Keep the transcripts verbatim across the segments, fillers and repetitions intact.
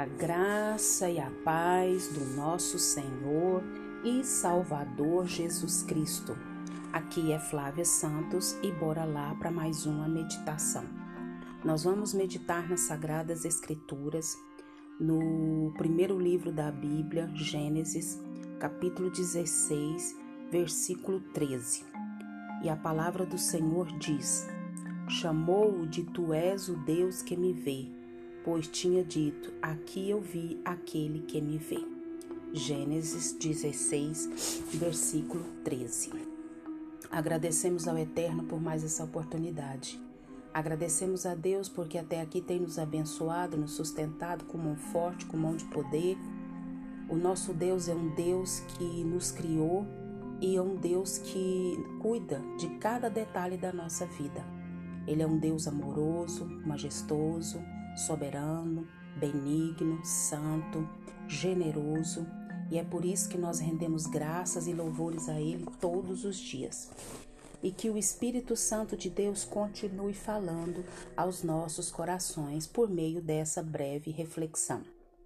graça e a paz do nosso Senhor e Salvador Jesus Cristo. Aqui é Flávia Santos e bora lá para mais uma meditação. Nós vamos meditar nas Sagradas Escrituras, no primeiro livro da Bíblia, Gênesis, capítulo dezesseis, versículo treze. E a palavra do Senhor diz: chamou-o de tu és o Deus que me vê, pois tinha dito, aqui eu vi aquele que me vê. Gênesis dezesseis, versículo treze. Agradecemos ao Eterno por mais essa oportunidade. Agradecemos a Deus porque até aqui tem nos abençoado, nos sustentado com mão forte, com mão de poder. O nosso Deus é um Deus que nos criou e é um Deus que cuida de cada detalhe da nossa vida. Ele é um Deus amoroso, majestoso, soberano, benigno, santo, generoso, e é por isso que nós rendemos graças e louvores a Ele todos os dias. E que o Espírito Santo de Deus continue falando aos nossos corações por meio dessa breve reflexão.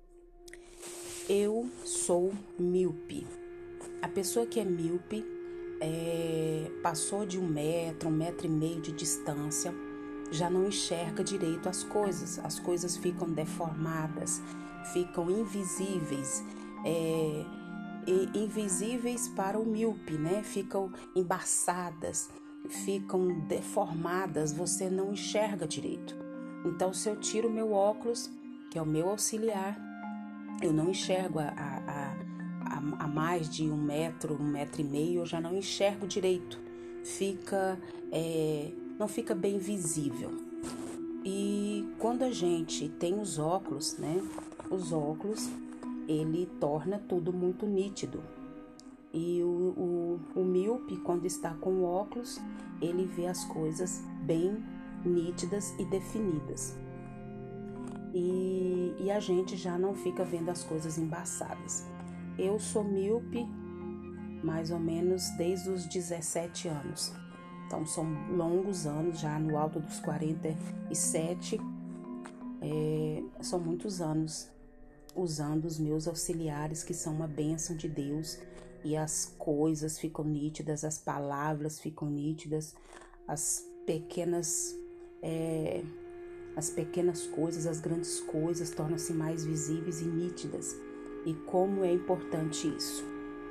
Eu sou míope. A pessoa que é míope é, passou de um metro, um metro e meio de distância, já não enxerga direito as coisas, as coisas ficam deformadas, ficam invisíveis, é, invisíveis para o míope, né? Ficam embaçadas, ficam deformadas, você não enxerga direito. Então, se eu tiro o meu óculos, que é o meu auxiliar, eu não enxergo a, a, a, a mais de um metro, um metro e meio, eu já não enxergo direito, fica... É, não fica bem visível. E quando a gente tem os óculos, né? Os óculos, ele torna tudo muito nítido. E o, o, o míope, quando está com o óculos, ele vê as coisas bem nítidas e definidas. E, e a gente já não fica vendo as coisas embaçadas. Eu sou míope mais ou menos desde os dezessete anos. Então, são longos anos, já no alto dos quarenta e sete, é, são muitos anos usando os meus auxiliares, que são uma bênção de Deus, e as coisas ficam nítidas, as palavras ficam nítidas, as pequenas, é, as pequenas coisas, as grandes coisas tornam-se mais visíveis e nítidas. E como é importante isso.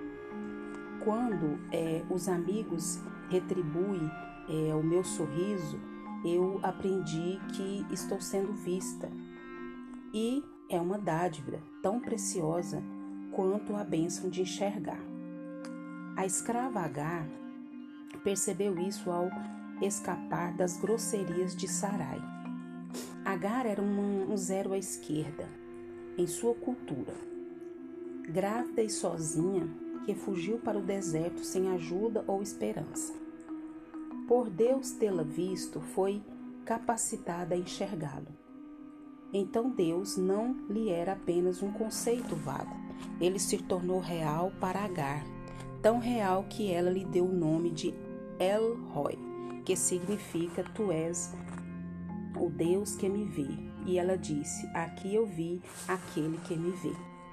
Quando é, os amigos retribuem é, o meu sorriso, eu aprendi que estou sendo vista. E é uma dádiva tão preciosa quanto a bênção de enxergar. A escrava Agar percebeu isso ao escapar das grosserias de Sarai. Agar era um, um zero à esquerda em sua cultura. Grávida e sozinha, que fugiu para o deserto sem ajuda ou esperança. Por Deus tê-la visto, foi capacitada a enxergá-lo. Então Deus não lhe era apenas um conceito vago. Ele se tornou real para Agar, tão real que ela lhe deu o nome de El-Roi, que significa tu és o Deus que me vê. E ela disse, aqui eu vi aquele que me vê.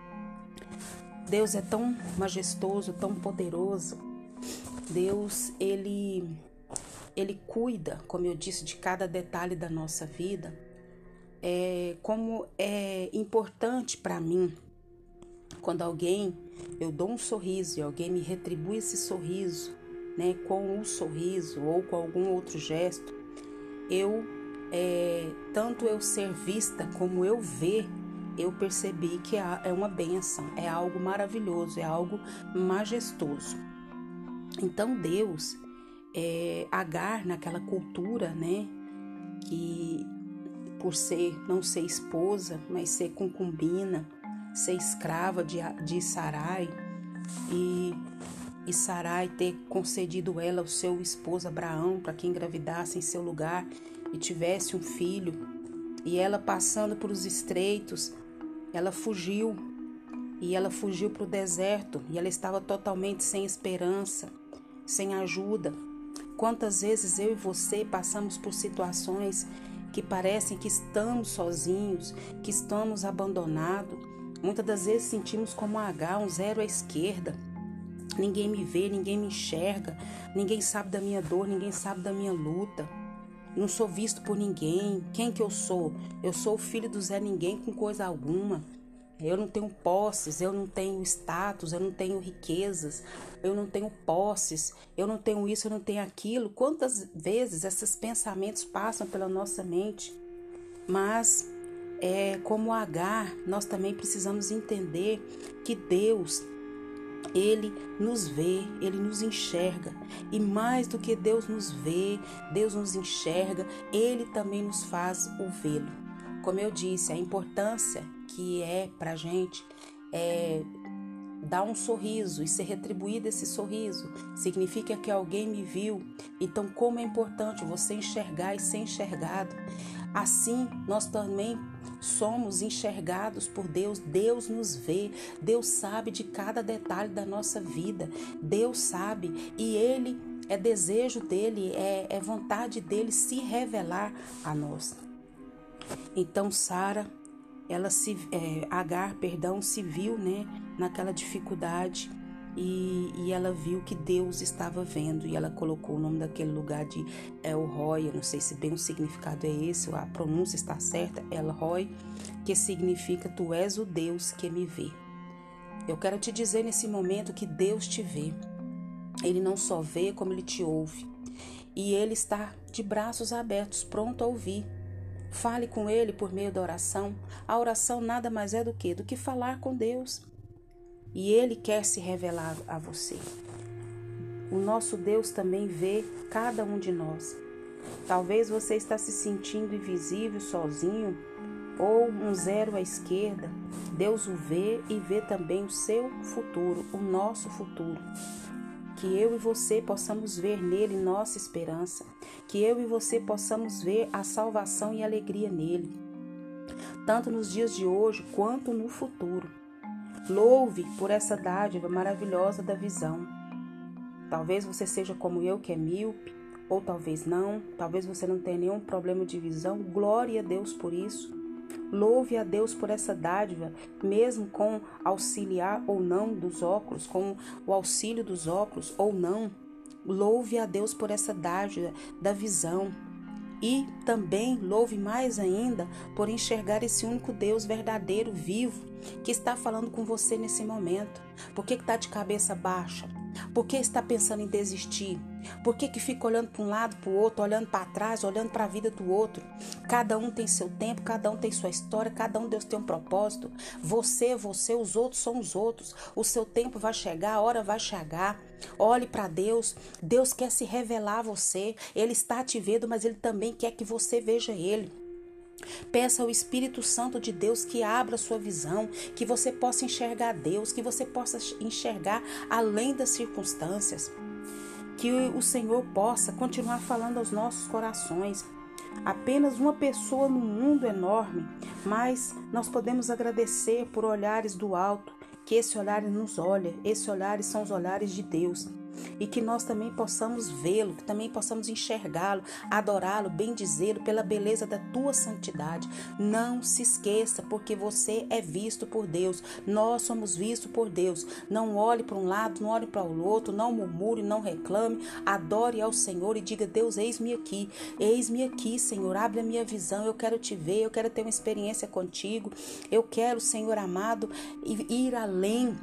Deus é tão majestoso, tão poderoso. Deus, ele, ele cuida, como eu disse, de cada detalhe da nossa vida. É, como é importante para mim, quando alguém, eu dou um sorriso e alguém me retribui esse sorriso, né, com um sorriso ou com algum outro gesto, eu, é, tanto eu ser vista como eu ver, eu percebi que é uma bênção, é algo maravilhoso, é algo majestoso. Então Deus, é, Agar naquela cultura, né, que por ser, não ser esposa, mas ser concubina, ser escrava de, de Sarai, e, e Sarai ter concedido ela ao seu esposo Abraão para que engravidasse em seu lugar e tivesse um filho, e ela passando por os estreitos, ela fugiu, e ela fugiu para o deserto, e ela estava totalmente sem esperança, sem ajuda. Quantas vezes eu e você passamos por situações que parecem que estamos sozinhos, que estamos abandonados. Muitas das vezes sentimos como um H, um zero à esquerda. Ninguém me vê, ninguém me enxerga, ninguém sabe da minha dor, ninguém sabe da minha luta. Não sou visto por ninguém. Quem que eu sou? Eu sou o filho do Zé Ninguém com coisa alguma. Eu não tenho posses, eu não tenho status, eu não tenho riquezas, eu não tenho posses, eu não tenho isso, eu não tenho aquilo. Quantas vezes esses pensamentos passam pela nossa mente? Mas, é, como Agar, nós também precisamos entender que Deus, Ele nos vê, Ele nos enxerga. E mais do que Deus nos vê, Deus nos enxerga, Ele também nos faz o vê-lo. Como eu disse, a importância que é para a gente é dar um sorriso e ser retribuído esse sorriso. Significa que alguém me viu. Então, como é importante você enxergar e ser enxergado. Assim, nós também somos enxergados por Deus. Deus nos vê. Deus sabe de cada detalhe da nossa vida. Deus sabe e Ele, é desejo dEle, é, é vontade dEle se revelar a nós. Então, Sara, ela se, é, Agar, perdão, se viu, né, naquela dificuldade e, e ela viu que Deus estava vendo e ela colocou o nome daquele lugar de El-Roi. Eu não sei se bem o significado é esse, a pronúncia está certa, El-Roi, que significa tu és o Deus que me vê. Eu quero te dizer nesse momento que Deus te vê. Ele não só vê, como Ele te ouve. E Ele está de braços abertos, pronto a ouvir. Fale com Ele por meio da oração. A oração nada mais é do que, do que falar com Deus. E Ele quer se revelar a você. O nosso Deus também vê cada um de nós. Talvez você está se sentindo invisível, sozinho, ou um zero à esquerda. Deus o vê e vê também o seu futuro, o nosso futuro. Que eu e você possamos ver nele nossa esperança. Que eu e você possamos ver a salvação e a alegria nele. Tanto nos dias de hoje quanto no futuro. Louve por essa dádiva maravilhosa da visão. Talvez você seja como eu, que é míope, ou talvez não. Talvez você não tenha nenhum problema de visão. Glória a Deus por isso. Louve a Deus por essa dádiva, mesmo com auxiliar ou não dos óculos, com o auxílio dos óculos ou não. Louve a Deus por essa dádiva da visão. E também louve mais ainda por enxergar esse único Deus verdadeiro, vivo, que está falando com você nesse momento. Por que está de cabeça baixa? Por que está pensando em desistir? Por que que fica olhando para um lado, para o outro, olhando para trás, olhando para a vida do outro? Cada um tem seu tempo, cada um tem sua história, cada um Deus tem um propósito. Você, você, os outros são os outros. O seu tempo vai chegar, a hora vai chegar. Olhe para Deus. Deus quer se revelar a você. Ele está te vendo, mas Ele também quer que você veja Ele. Peça ao Espírito Santo de Deus que abra sua visão, que você possa enxergar Deus, que você possa enxergar além das circunstâncias. Que o Senhor possa continuar falando aos nossos corações. Apenas uma pessoa no mundo enorme, mas nós podemos agradecer por olhares do alto, que esse olhar nos olha, esses olhares são os olhares de Deus. E que nós também possamos vê-lo, que também possamos enxergá-lo, adorá-lo, bendizê-lo pela beleza da tua santidade. Não se esqueça, porque você é visto por Deus. Nós somos vistos por Deus. Não olhe para um lado, não olhe para o outro, não murmure, não reclame. Adore ao Senhor e diga: Deus, eis-me aqui. Eis-me aqui, Senhor. Abre a minha visão. Eu quero te ver, eu quero ter uma experiência contigo. Eu quero, Senhor amado, ir além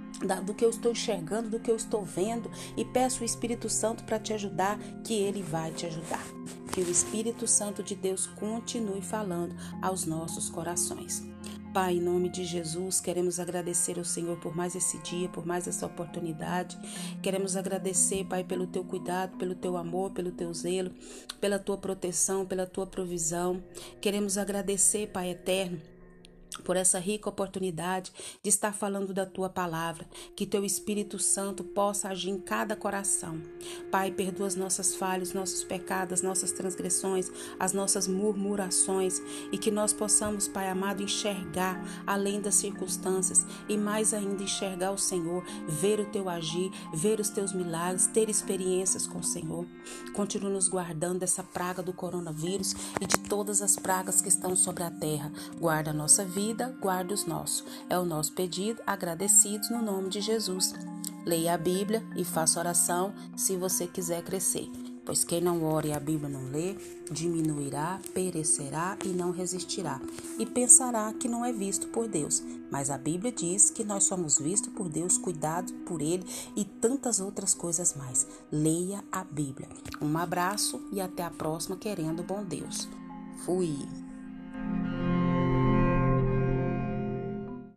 do que eu estou enxergando, do que eu estou vendo, e peço o Espírito Santo para te ajudar, que Ele vai te ajudar. Que o Espírito Santo de Deus continue falando aos nossos corações. Pai, em nome de Jesus, queremos agradecer ao Senhor por mais esse dia, por mais essa oportunidade. Queremos agradecer, Pai, pelo teu cuidado, pelo teu amor, pelo teu zelo, pela tua proteção, pela tua provisão. Queremos agradecer, Pai eterno, por essa rica oportunidade de estar falando da Tua palavra, que Teu Espírito Santo possa agir em cada coração. Pai, perdoa as nossas falhas, nossos pecados, nossas transgressões, as nossas murmurações e que nós possamos, Pai amado, enxergar além das circunstâncias e mais ainda enxergar o Senhor, ver o Teu agir, ver os Teus milagres, ter experiências com o Senhor. Continua nos guardando dessa praga do coronavírus e de todas as pragas que estão sobre a terra. Guarda a nossa vida. Vida, guarda os nossos. É o nosso pedido, agradecidos no nome de Jesus. Leia a Bíblia e faça oração se você quiser crescer. Pois quem não ora e a Bíblia não lê, diminuirá, perecerá e não resistirá. E pensará que não é visto por Deus. Mas a Bíblia diz que nós somos vistos por Deus, cuidados por Ele e tantas outras coisas mais. Leia a Bíblia. Um abraço e até a próxima, querendo bom Deus. Fui!